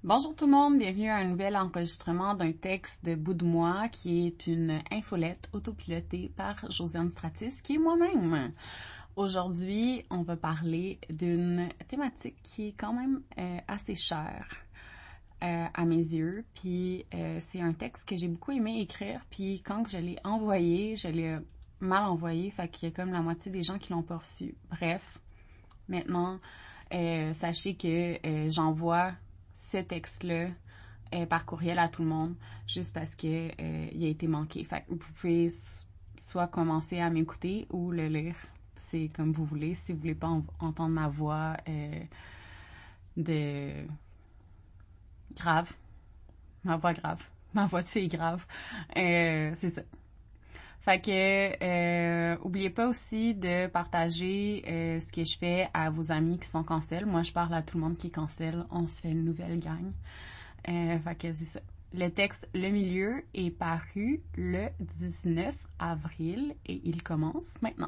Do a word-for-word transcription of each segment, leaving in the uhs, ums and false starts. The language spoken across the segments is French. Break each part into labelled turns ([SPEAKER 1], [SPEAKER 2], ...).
[SPEAKER 1] Bonjour tout le monde, bienvenue à un nouvel enregistrement d'un texte de Bout de moi qui est une infolette autopilotée par Josiane Stratis, qui est moi-même. Aujourd'hui, on va parler d'une thématique qui est quand même euh, assez chère euh, à mes yeux, puis euh, c'est un texte que j'ai beaucoup aimé écrire, puis quand je l'ai envoyé, je l'ai mal envoyé, fait qu'il y a comme la moitié des gens qui l'ont pas reçu. Bref, maintenant, euh, sachez que euh, j'envoie ce texte-là euh, par courriel à tout le monde, juste parce que euh, il a été manqué. Fait que vous pouvez soit commencer à m'écouter ou le lire. C'est comme vous voulez. Si vous voulez pas en- entendre ma voix euh, de grave, ma voix grave, ma voix de fille grave, euh, c'est ça. Fait que euh, oubliez pas aussi de partager euh, ce que je fais à vos amis qui sont cancel. Moi, je parle à tout le monde qui est cancel. On se fait une nouvelle gang. Euh, fait que c'est ça. Le texte Le Milieu est paru le dix-neuf avril et il commence maintenant.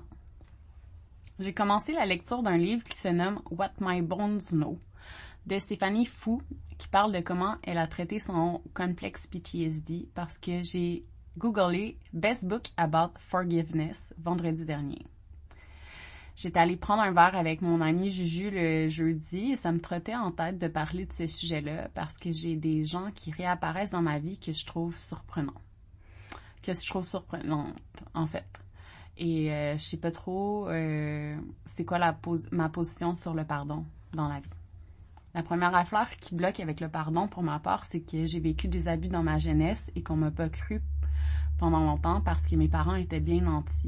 [SPEAKER 1] J'ai commencé la lecture d'un livre qui se nomme What My Bones Know de Stéphanie Fou, qui parle de comment elle a traité son complexe P T S D parce que j'ai googlé Best Book About Forgiveness vendredi dernier. J'étais allée prendre un verre avec mon ami Juju le jeudi et ça me trottait en tête de parler de ce sujet-là parce que j'ai des gens qui réapparaissent dans ma vie que je trouve surprenants. Que je trouve surprenantes, en fait. Et euh, je sais pas trop euh, c'est quoi la pos- ma position sur le pardon dans la vie. La première affaire qui bloque avec le pardon pour ma part, c'est que j'ai vécu des abus dans ma jeunesse et qu'on m'a pas cru pendant longtemps parce que mes parents étaient bien nantis.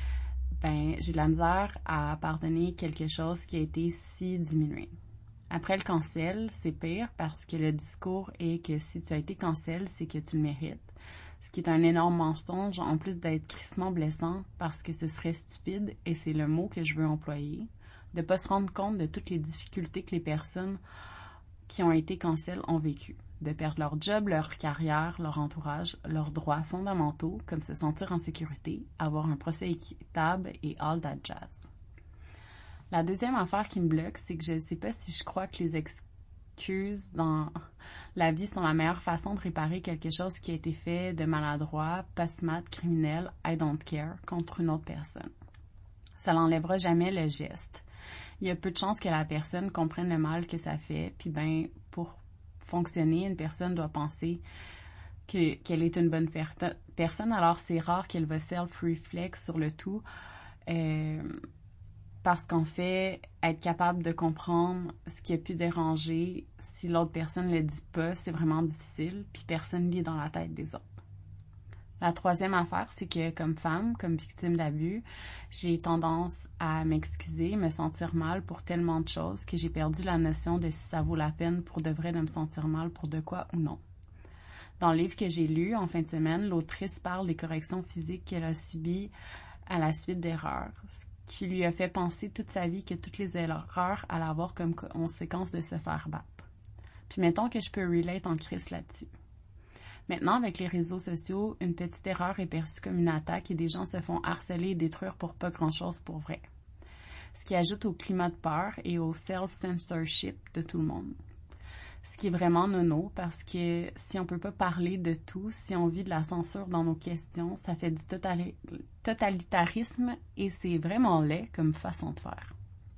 [SPEAKER 1] Ben, j'ai de la misère à pardonner quelque chose qui a été si diminué. Après le cancel, c'est pire parce que le discours est que si tu as été cancel, c'est que tu le mérites. Ce qui est un énorme mensonge, en plus d'être crissement blessant, parce que ce serait stupide, et c'est le mot que je veux employer, de pas se rendre compte de toutes les difficultés que les personnes qui ont été cancel ont vécues. De perdre leur job, leur carrière, leur entourage, leurs droits fondamentaux, comme se sentir en sécurité, avoir un procès équitable et all that jazz. La deuxième affaire qui me bloque, c'est que je ne sais pas si je crois que les excuses dans la vie sont la meilleure façon de réparer quelque chose qui a été fait de maladroit, pas smart, criminel, I don't care, contre une autre personne. Ça n'enlèvera jamais le geste. Il y a peu de chances que la personne comprenne le mal que ça fait, puis ben, pour fonctionner, une personne doit penser que, qu'elle est une bonne per- personne, alors c'est rare qu'elle va self-reflect sur le tout, euh, parce qu'en fait, être capable de comprendre ce qui a pu déranger, si l'autre personne ne le dit pas, c'est vraiment difficile, puis personne ne lit dans la tête des autres. La troisième affaire, c'est que comme femme, comme victime d'abus, j'ai tendance à m'excuser, me sentir mal pour tellement de choses que j'ai perdu la notion de si ça vaut la peine pour de vrai de me sentir mal pour de quoi ou non. Dans le livre que j'ai lu en fin de semaine, l'autrice parle des corrections physiques qu'elle a subies à la suite d'erreurs, ce qui lui a fait penser toute sa vie que toutes les erreurs allaient avoir comme conséquence de se faire battre. Puis mettons que je peux relate en crise là-dessus. Maintenant, avec les réseaux sociaux, une petite erreur est perçue comme une attaque et des gens se font harceler et détruire pour pas grand-chose pour vrai. Ce qui ajoute au climat de peur et au self-censorship de tout le monde. Ce qui est vraiment nono, parce que si on peut pas parler de tout, si on vit de la censure dans nos questions, ça fait du totali- totalitarisme et c'est vraiment laid comme façon de faire.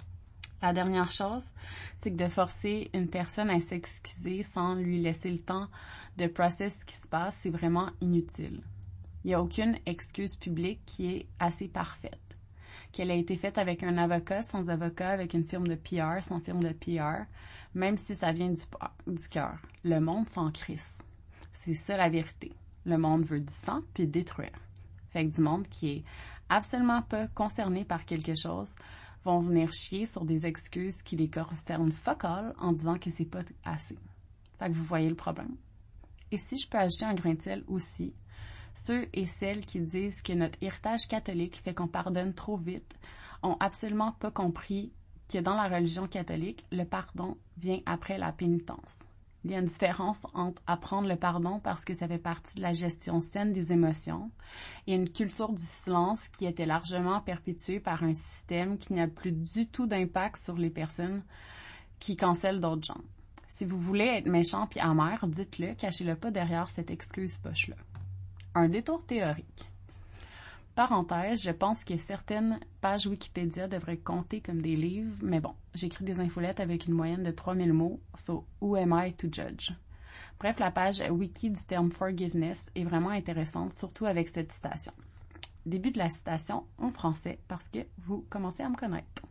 [SPEAKER 1] La dernière chose, c'est que de forcer une personne à s'excuser sans lui laisser le temps de processer ce qui se passe, c'est vraiment inutile. Il n'y a aucune excuse publique qui est assez parfaite. Qu'elle a été faite avec un avocat, sans avocat, avec une firme de P R, sans firme de P R, même si ça vient du, du cœur. Le monde s'en crisse. C'est ça la vérité. Le monde veut du sang puis détruire. Fait que du monde qui est absolument pas concerné par quelque chose vont venir chier sur des excuses qui les concernent fuck all en disant que c'est pas assez. Fait que vous voyez le problème. Et si je peux ajouter un grain de sel aussi, ceux et celles qui disent que notre héritage catholique fait qu'on pardonne trop vite ont absolument pas compris que dans la religion catholique, le pardon vient après la pénitence. Il y a une différence entre apprendre le pardon parce que ça fait partie de la gestion saine des émotions et une culture du silence qui était largement perpétuée par un système qui n'a plus du tout d'impact sur les personnes qui cancellent d'autres gens. Si vous voulez être méchant puis amer, dites-le, cachez-le pas derrière cette excuse poche-là. Un détour théorique. Parenthèse, je pense que certaines pages Wikipédia devraient compter comme des livres, mais bon, j'écris des infolettes avec une moyenne de trois mille mots, so who am I to judge? Bref, la page wiki du terme forgiveness est vraiment intéressante, surtout avec cette citation. Début de la citation en français, parce que vous commencez à me connaître.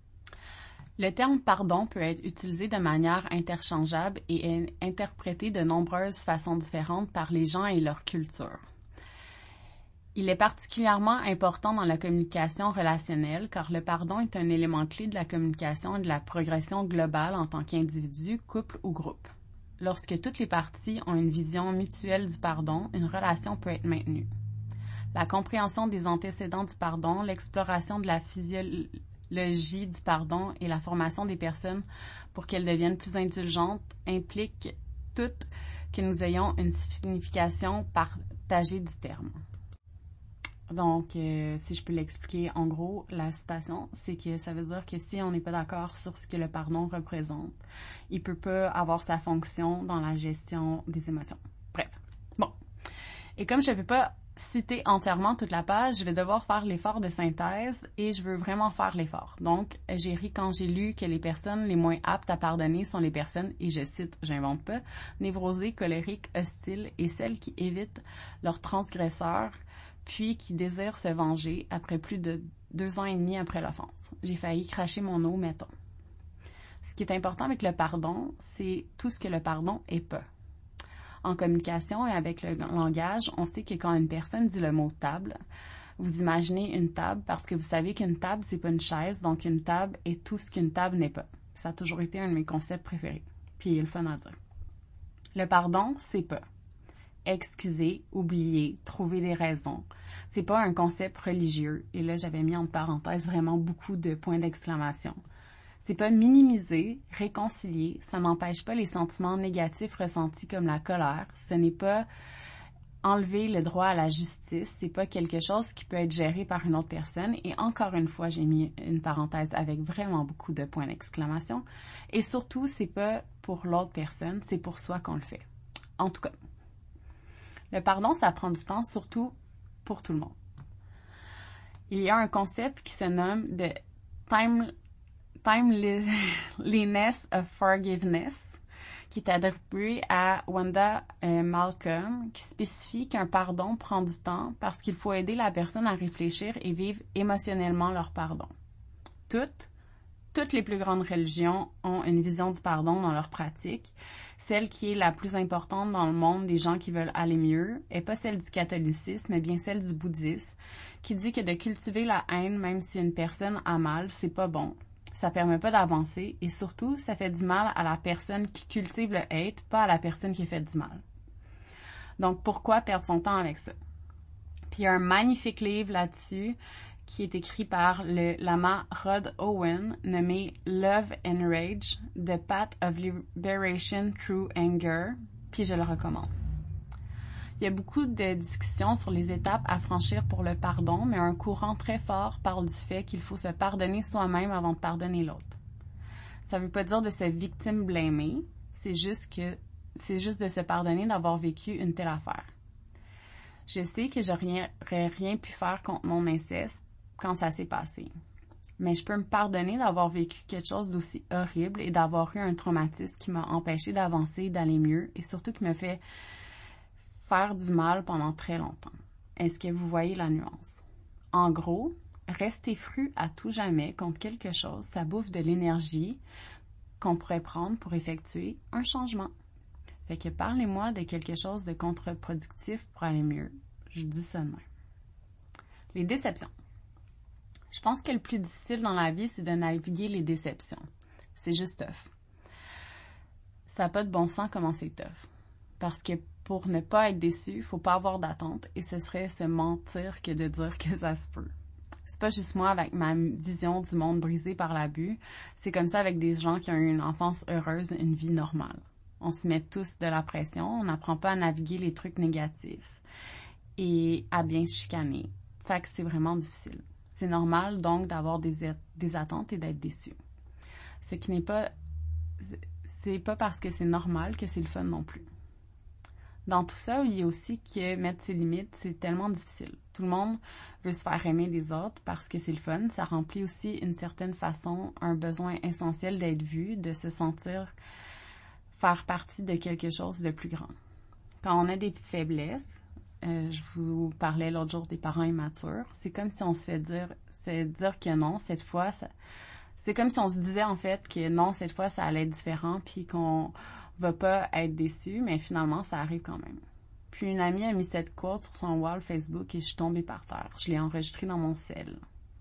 [SPEAKER 1] Le terme pardon peut être utilisé de manière interchangeable et est interprété de nombreuses façons différentes par les gens et leur culture. Il est particulièrement important dans la communication relationnelle car le pardon est un élément clé de la communication et de la progression globale en tant qu'individu, couple ou groupe. Lorsque toutes les parties ont une vision mutuelle du pardon, une relation peut être maintenue. La compréhension des antécédents du pardon, l'exploration de la physiologie du pardon et la formation des personnes pour qu'elles deviennent plus indulgentes impliquent toutes que nous ayons une signification partagée du terme. Donc, euh, si je peux l'expliquer en gros, la citation, c'est que ça veut dire que si on n'est pas d'accord sur ce que le pardon représente, il peut pas avoir sa fonction dans la gestion des émotions. Bref, bon. Et comme je ne peux pas citer entièrement toute la page, je vais devoir faire l'effort de synthèse et je veux vraiment faire l'effort. Donc, j'ai ri quand j'ai lu que les personnes les moins aptes à pardonner sont les personnes, et je cite, j'invente pas, névrosées, colériques, hostiles et celles qui évitent leurs transgresseurs puis qui désire se venger après plus de deux ans et demi après l'offense. J'ai failli cracher mon eau, mettons. Ce qui est important avec le pardon, c'est tout ce que le pardon est pas. En communication et avec le langage, on sait que quand une personne dit le mot table, vous imaginez une table parce que vous savez qu'une table, c'est pas une chaise, donc une table est tout ce qu'une table n'est pas. Ça a toujours été un de mes concepts préférés. Puis il est le fun à dire. Le pardon, c'est pas excuser, oublier, trouver des raisons. C'est pas un concept religieux. Et là, j'avais mis entre parenthèses vraiment beaucoup de points d'exclamation. C'est pas minimiser, réconcilier. Ça n'empêche pas les sentiments négatifs ressentis comme la colère. Ce n'est pas enlever le droit à la justice. C'est pas quelque chose qui peut être géré par une autre personne. Et encore une fois, j'ai mis une parenthèse avec vraiment beaucoup de points d'exclamation. Et surtout, c'est pas pour l'autre personne, c'est pour soi qu'on le fait. En tout cas, le pardon, ça prend du temps, surtout pour tout le monde. Il y a un concept qui se nomme de time, timeliness of forgiveness, qui est attribué à Wanda euh, Malcolm, qui spécifie qu'un pardon prend du temps parce qu'il faut aider la personne à réfléchir et vivre émotionnellement leur pardon. Toutes, toutes les plus grandes religions ont une vision du pardon dans leur pratique. Celle qui est la plus importante dans le monde des gens qui veulent aller mieux est pas celle du catholicisme, mais bien celle du bouddhisme, qui dit que de cultiver la haine, même si une personne a mal, c'est pas bon. Ça permet pas d'avancer et surtout, ça fait du mal à la personne qui cultive le hate, pas à la personne qui fait du mal. Donc, pourquoi perdre son temps avec ça? Puis, il y a un magnifique livre là-dessus qui est écrit par le lama Rod Owen, nommé Love and Rage, The Path of Liberation Through Anger, puis je le recommande. Il y a beaucoup de discussions sur les étapes à franchir pour le pardon, mais un courant très fort parle du fait qu'il faut se pardonner soi-même avant de pardonner l'autre. Ça veut pas dire de se victime blâmer, c'est juste que c'est juste de se pardonner d'avoir vécu une telle affaire. Je sais que j'aurais rien pu faire contre mon inceste quand ça s'est passé. Mais je peux me pardonner d'avoir vécu quelque chose d'aussi horrible et d'avoir eu un traumatisme qui m'a empêché d'avancer, d'aller mieux et surtout qui me fait faire du mal pendant très longtemps. Est-ce que vous voyez la nuance? En gros, rester fru à tout jamais contre quelque chose, ça bouffe de l'énergie qu'on pourrait prendre pour effectuer un changement. Fait que parlez-moi de quelque chose de contre-productif pour aller mieux. Je dis ça de même. Les déceptions. Je pense que le plus difficile dans la vie, c'est de naviguer les déceptions. C'est juste tough. Ça n'a pas de bon sens comment c'est tough. Parce que pour ne pas être déçu, il ne faut pas avoir d'attente et ce serait se mentir que de dire que ça se peut. C'est pas juste moi avec ma vision du monde brisé par l'abus. C'est comme ça avec des gens qui ont eu une enfance heureuse, une vie normale. On se met tous de la pression, on n'apprend pas à naviguer les trucs négatifs et à bien se chicaner. Fait que c'est vraiment difficile. C'est normal donc d'avoir des, des attentes et d'être déçu. Ce qui n'est pas c'est pas parce que c'est normal que c'est le fun non plus. Dans tout ça, il y a aussi que mettre ses limites, c'est tellement difficile. Tout le monde veut se faire aimer des autres parce que c'est le fun. Ça remplit aussi une certaine façon un besoin essentiel d'être vu, de se sentir faire partie de quelque chose de plus grand. Quand on a des faiblesses, euh, je vous parlais l'autre jour des parents immatures, c'est comme si on se fait dire, c'est dire que non, cette fois, ça, c'est comme si on se disait en fait que non, cette fois, ça allait être différent, puis qu'on va pas être déçu, mais finalement, ça arrive quand même. Puis une amie a mis cette quote sur son wall Facebook et je suis tombée par terre. Je l'ai enregistrée dans mon cell.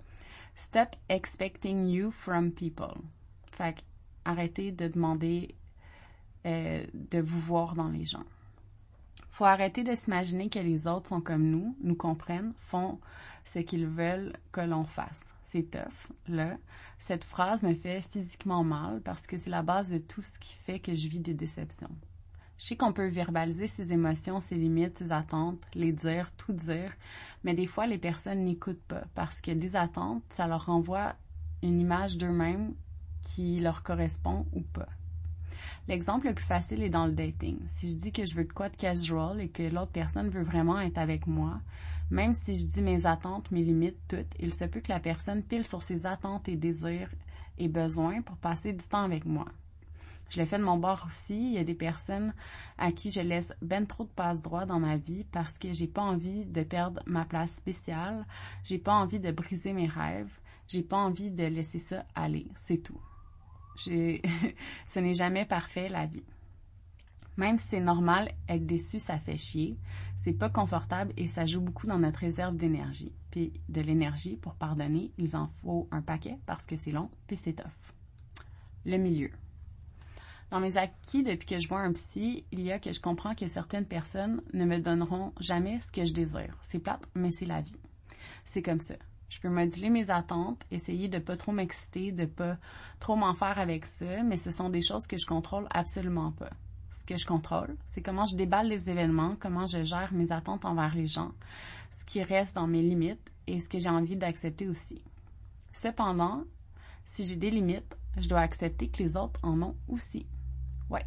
[SPEAKER 1] Stop expecting you from people. Fait que arrêtez de demander euh, de vous voir dans les gens. Faut arrêter de s'imaginer que les autres sont comme nous, nous comprennent, font ce qu'ils veulent que l'on fasse. C'est tough, là. Cette phrase me fait physiquement mal parce que c'est la base de tout ce qui fait que je vis des déceptions. Je sais qu'on peut verbaliser ses émotions, ses limites, ses attentes, les dire, tout dire, mais des fois, les personnes n'écoutent pas parce que des attentes, ça leur renvoie une image d'eux-mêmes qui leur correspond ou pas. L'exemple le plus facile est dans le dating. Si je dis que je veux de quoi de casual et que l'autre personne veut vraiment être avec moi, même si je dis mes attentes, mes limites, toutes, il se peut que la personne pile sur ses attentes et désirs et besoins pour passer du temps avec moi. Je le fais de mon bord aussi. Il y a des personnes à qui je laisse ben trop de passe-droit dans ma vie parce que j'ai pas envie de perdre ma place spéciale, j'ai pas envie de briser mes rêves, j'ai pas envie de laisser ça aller. C'est tout. J'ai... Ce n'est jamais parfait, la vie. Même si c'est normal, être déçu, ça fait chier. C'est pas confortable et ça joue beaucoup dans notre réserve d'énergie. Puis de l'énergie, pour pardonner, il en faut un paquet parce que c'est long, puis c'est tough. Le milieu. Dans mes acquis, depuis que je vois un psy, il y a que je comprends que certaines personnes ne me donneront jamais ce que je désire. C'est plate, mais c'est la vie. C'est comme ça. Je peux moduler mes attentes, essayer de pas trop m'exciter, de pas trop m'en faire avec ça, mais ce sont des choses que je contrôle absolument pas. Ce que je contrôle, c'est comment je déballe les événements, comment je gère mes attentes envers les gens, ce qui reste dans mes limites et ce que j'ai envie d'accepter aussi. Cependant, si j'ai des limites, je dois accepter que les autres en ont aussi. Ouais.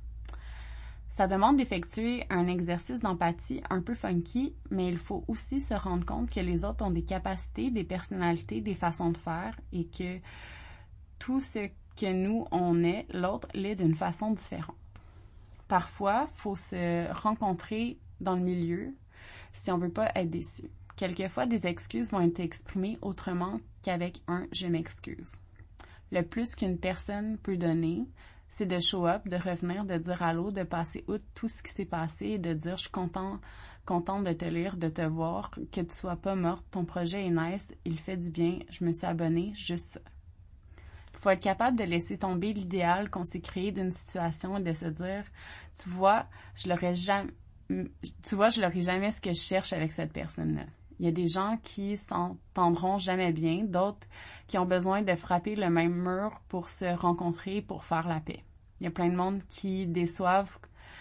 [SPEAKER 1] Ça demande d'effectuer un exercice d'empathie un peu funky, mais il faut aussi se rendre compte que les autres ont des capacités, des personnalités, des façons de faire et que tout ce que nous, on est, l'autre l'est d'une façon différente. Parfois, il faut se rencontrer dans le milieu si on veut pas être déçu. Quelquefois, des excuses vont être exprimées autrement qu'avec un « je m'excuse ». Le plus qu'une personne peut donner, c'est de show up, de revenir, de dire allô, de passer outre tout ce qui s'est passé et de dire je suis content, contente de te lire, de te voir, que tu sois pas morte, ton projet est nice, il fait du bien, je me suis abonnée, juste ça. Il faut être capable de laisser tomber l'idéal qu'on s'est créé d'une situation et de se dire tu vois, je l'aurais jamais tu vois, je l'aurais jamais ce que je cherche avec cette personne-là. Il y a des gens qui s'entendront jamais bien, d'autres qui ont besoin de frapper le même mur pour se rencontrer, pour faire la paix. Il y a plein de monde qui déçoivent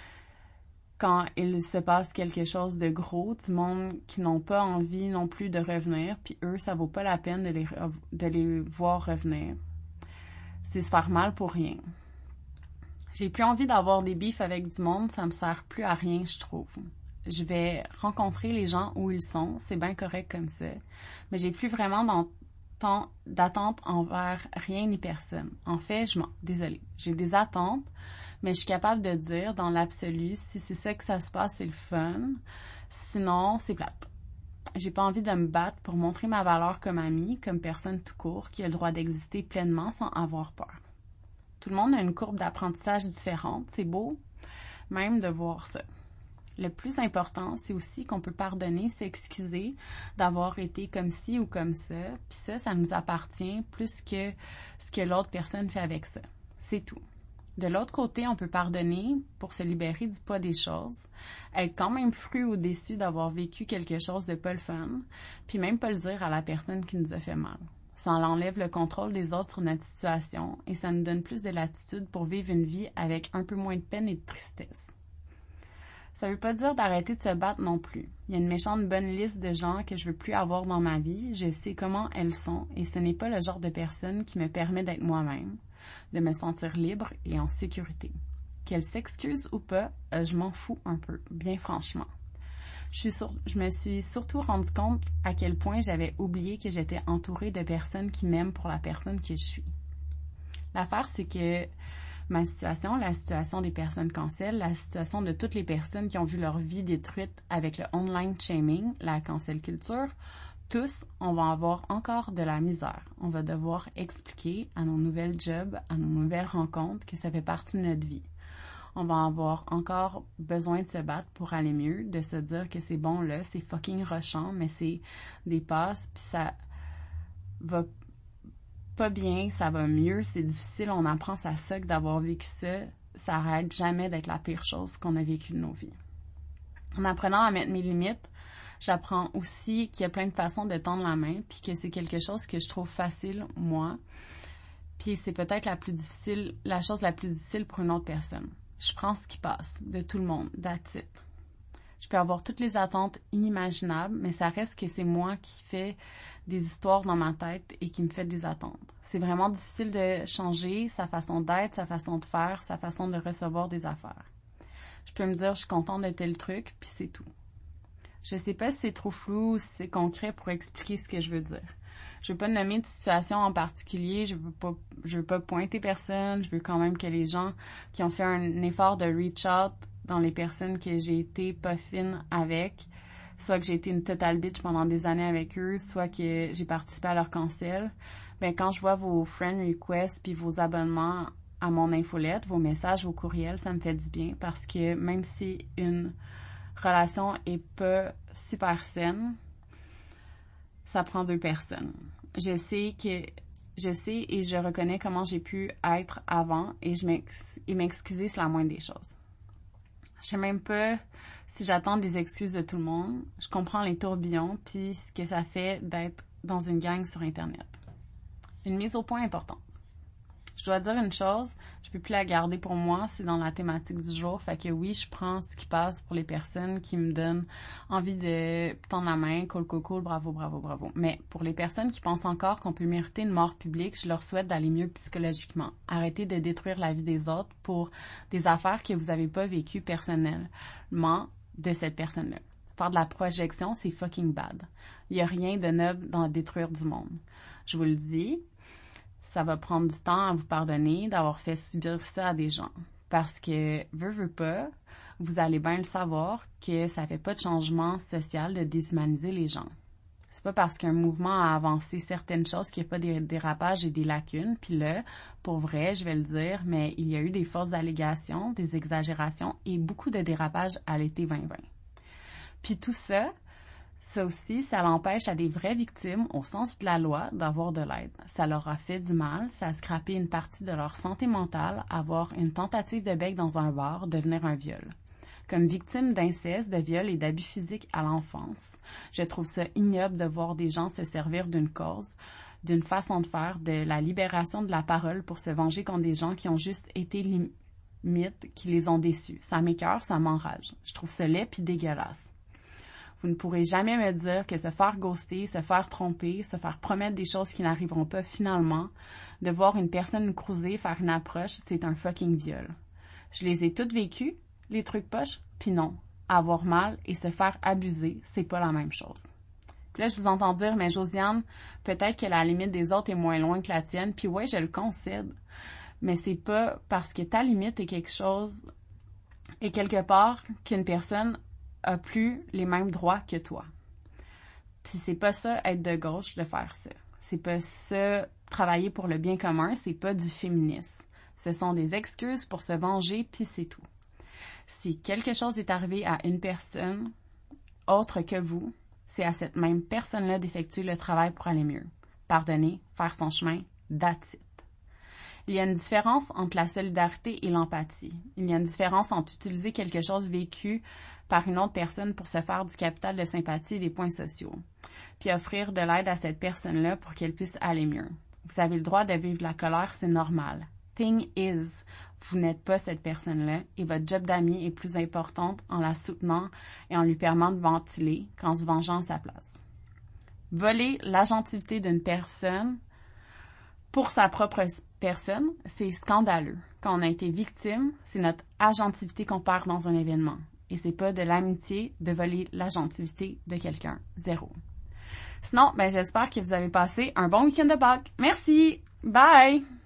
[SPEAKER 1] quand il se passe quelque chose de gros, du monde qui n'ont pas envie non plus de revenir, puis eux, ça vaut pas la peine de les, de les voir revenir. C'est se faire mal pour rien. J'ai plus envie d'avoir des bifs avec du monde, ça me sert plus à rien, je trouve. Je vais rencontrer les gens où ils sont, c'est bien correct comme ça, mais j'ai plus vraiment d'attente envers rien ni personne. En fait, je mens, désolée. J'ai des attentes, mais je suis capable de dire dans l'absolu, si c'est ça que ça se passe, c'est le fun, sinon, c'est plate. J'ai pas envie de me battre pour montrer ma valeur comme amie, comme personne tout court, qui a le droit d'exister pleinement sans avoir peur. Tout le monde a une courbe d'apprentissage différente, c'est beau, même de voir ça. Le plus important, c'est aussi qu'on peut pardonner, s'excuser d'avoir été comme ci ou comme ça. Puis ça, ça nous appartient plus que ce que l'autre personne fait avec ça. C'est tout. De l'autre côté, on peut pardonner pour se libérer du poids des choses, être quand même fru ou déçu d'avoir vécu quelque chose de pas le fun, puis même pas le dire à la personne qui nous a fait mal. Ça enlève le contrôle des autres sur notre situation et ça nous donne plus de latitude pour vivre une vie avec un peu moins de peine et de tristesse. Ça veut pas dire d'arrêter de se battre non plus. Il y a une méchante bonne liste de gens que je veux plus avoir dans ma vie. Je sais comment elles sont et ce n'est pas le genre de personne qui me permet d'être moi-même. de me sentir libre et en sécurité. Qu'elle s'excuse ou pas, euh, je m'en fous un peu, bien franchement. Je, suis sur, je me suis surtout rendu compte à quel point j'avais oublié que j'étais entourée de personnes qui m'aiment pour la personne que je suis. L'affaire, c'est que ma situation, la situation des personnes cancel, la situation de toutes les personnes qui ont vu leur vie détruite avec le online shaming, la cancel culture, tous, on va avoir encore de la misère. On va devoir expliquer à nos nouvelles jobs, à nos nouvelles rencontres que ça fait partie de notre vie. On va avoir encore besoin de se battre pour aller mieux, de se dire que c'est bon là, c'est fucking rushant, mais c'est des passes, puis ça va pas bien, ça va mieux, c'est difficile, on apprend, ça suck d'avoir vécu ça, ça arrête jamais d'être la pire chose qu'on a vécu de nos vies. En apprenant à mettre mes limites, j'apprends aussi qu'il y a plein de façons de tendre la main, puis que c'est quelque chose que je trouve facile, moi, puis c'est peut-être la plus difficile, la chose la plus difficile pour une autre personne. Je prends ce qui passe, de tout le monde, that's it. Je peux avoir toutes les attentes inimaginables, mais ça reste que c'est moi qui fais des histoires dans ma tête et qui me fait des attentes. C'est vraiment difficile de changer sa façon d'être, sa façon de faire, sa façon de recevoir des affaires. Je peux me dire, je suis contente de tel truc, puis c'est tout. Je sais pas si c'est trop flou ou si c'est concret pour expliquer ce que je veux dire. Je veux pas nommer de situation en particulier, je veux pas, je veux pas pointer personne, je veux quand même que les gens qui ont fait un effort de reach out dans les personnes que j'ai été pas fine avec, soit que j'ai été une totale bitch pendant des années avec eux, soit que j'ai participé à leur cancel, ben quand je vois vos friend requests puis vos abonnements à mon infolette, vos messages, vos courriels, ça me fait du bien parce que même si une relation est pas super saine, ça prend deux personnes. Je sais que je sais et je reconnais comment j'ai pu être avant et je m'ex- et m'excuser, c'est la moindre des choses. Je sais même pas si j'attends des excuses de tout le monde. Je comprends les tourbillons puis ce que ça fait d'être dans une gang sur Internet. Une mise au point importante. Je dois dire une chose, je peux plus la garder pour moi, c'est dans la thématique du jour, fait que oui, je prends ce qui passe pour les personnes qui me donnent envie de tendre la main, cool, cool, cool, bravo, bravo, bravo. Mais pour les personnes qui pensent encore qu'on peut mériter une mort publique, je leur souhaite d'aller mieux psychologiquement. Arrêtez de détruire la vie des autres pour des affaires que vous avez pas vécues personnellement de cette personne-là. Faire de la projection, c'est fucking bad. Il y a rien de noble dans détruire du monde. Je vous le dis, ça va prendre du temps à vous pardonner d'avoir fait subir ça à des gens. Parce que, veux, veux pas, vous allez bien le savoir que ça fait pas de changement social de déshumaniser les gens. C'est pas parce qu'un mouvement a avancé certaines choses qu'il n'y a pas des dérapages et des lacunes. Puis là, pour vrai, je vais le dire, mais il y a eu des fausses allégations, des exagérations et beaucoup de dérapages à l'été vingt vingt. Puis tout ça, Ça aussi, ça l'empêche à des vraies victimes, au sens de la loi, d'avoir de l'aide. Ça leur a fait du mal, ça a scrappé une partie de leur santé mentale, avoir une tentative de bec dans un bar, devenir un viol. Comme victime d'inceste, de viol et d'abus physiques à l'enfance, je trouve ça ignoble de voir des gens se servir d'une cause, d'une façon de faire, de la libération de la parole pour se venger contre des gens qui ont juste été limites, qui les ont déçus. Ça m'écoeure, ça m'enrage. Je trouve ça laid pis dégueulasse. Vous ne pourrez jamais me dire que se faire ghoster, se faire tromper, se faire promettre des choses qui n'arriveront pas finalement, de voir une personne nous cruiser, faire une approche, c'est un fucking viol. Je les ai toutes vécues, les trucs poches, pis non. Avoir mal et se faire abuser, c'est pas la même chose. Puis là, je vous entends dire, mais Josiane, peut-être que la limite des autres est moins loin que la tienne, puis ouais, je le concède. Mais c'est pas parce que ta limite est quelque chose, est quelque part qu'une personne a plus les mêmes droits que toi. Puis c'est pas ça, être de gauche, de faire ça. C'est pas ça, travailler pour le bien commun, c'est pas du féminisme. Ce sont des excuses pour se venger, puis c'est tout. Si quelque chose est arrivé à une personne autre que vous, c'est à cette même personne-là d'effectuer le travail pour aller mieux. Pardonner, faire son chemin, that's it. Il y a une différence entre la solidarité et l'empathie. Il y a une différence entre utiliser quelque chose vécu par une autre personne pour se faire du capital de sympathie et des points sociaux, puis offrir de l'aide à cette personne-là pour qu'elle puisse aller mieux. Vous avez le droit de vivre la colère, c'est normal. Thing is, vous n'êtes pas cette personne-là et votre job d'ami est plus importante en la soutenant et en lui permettant de ventiler qu'en se vengeant à sa place. Voler l'agentivité d'une personne pour sa propre personne, c'est scandaleux. Quand on a été victime, c'est notre agentivité qu'on perd dans un événement. Et c'est pas de l'amitié de voler l'agentivité de quelqu'un. Zéro. Sinon, ben, j'espère que vous avez passé un bon week-end de Pâques. Merci! Bye!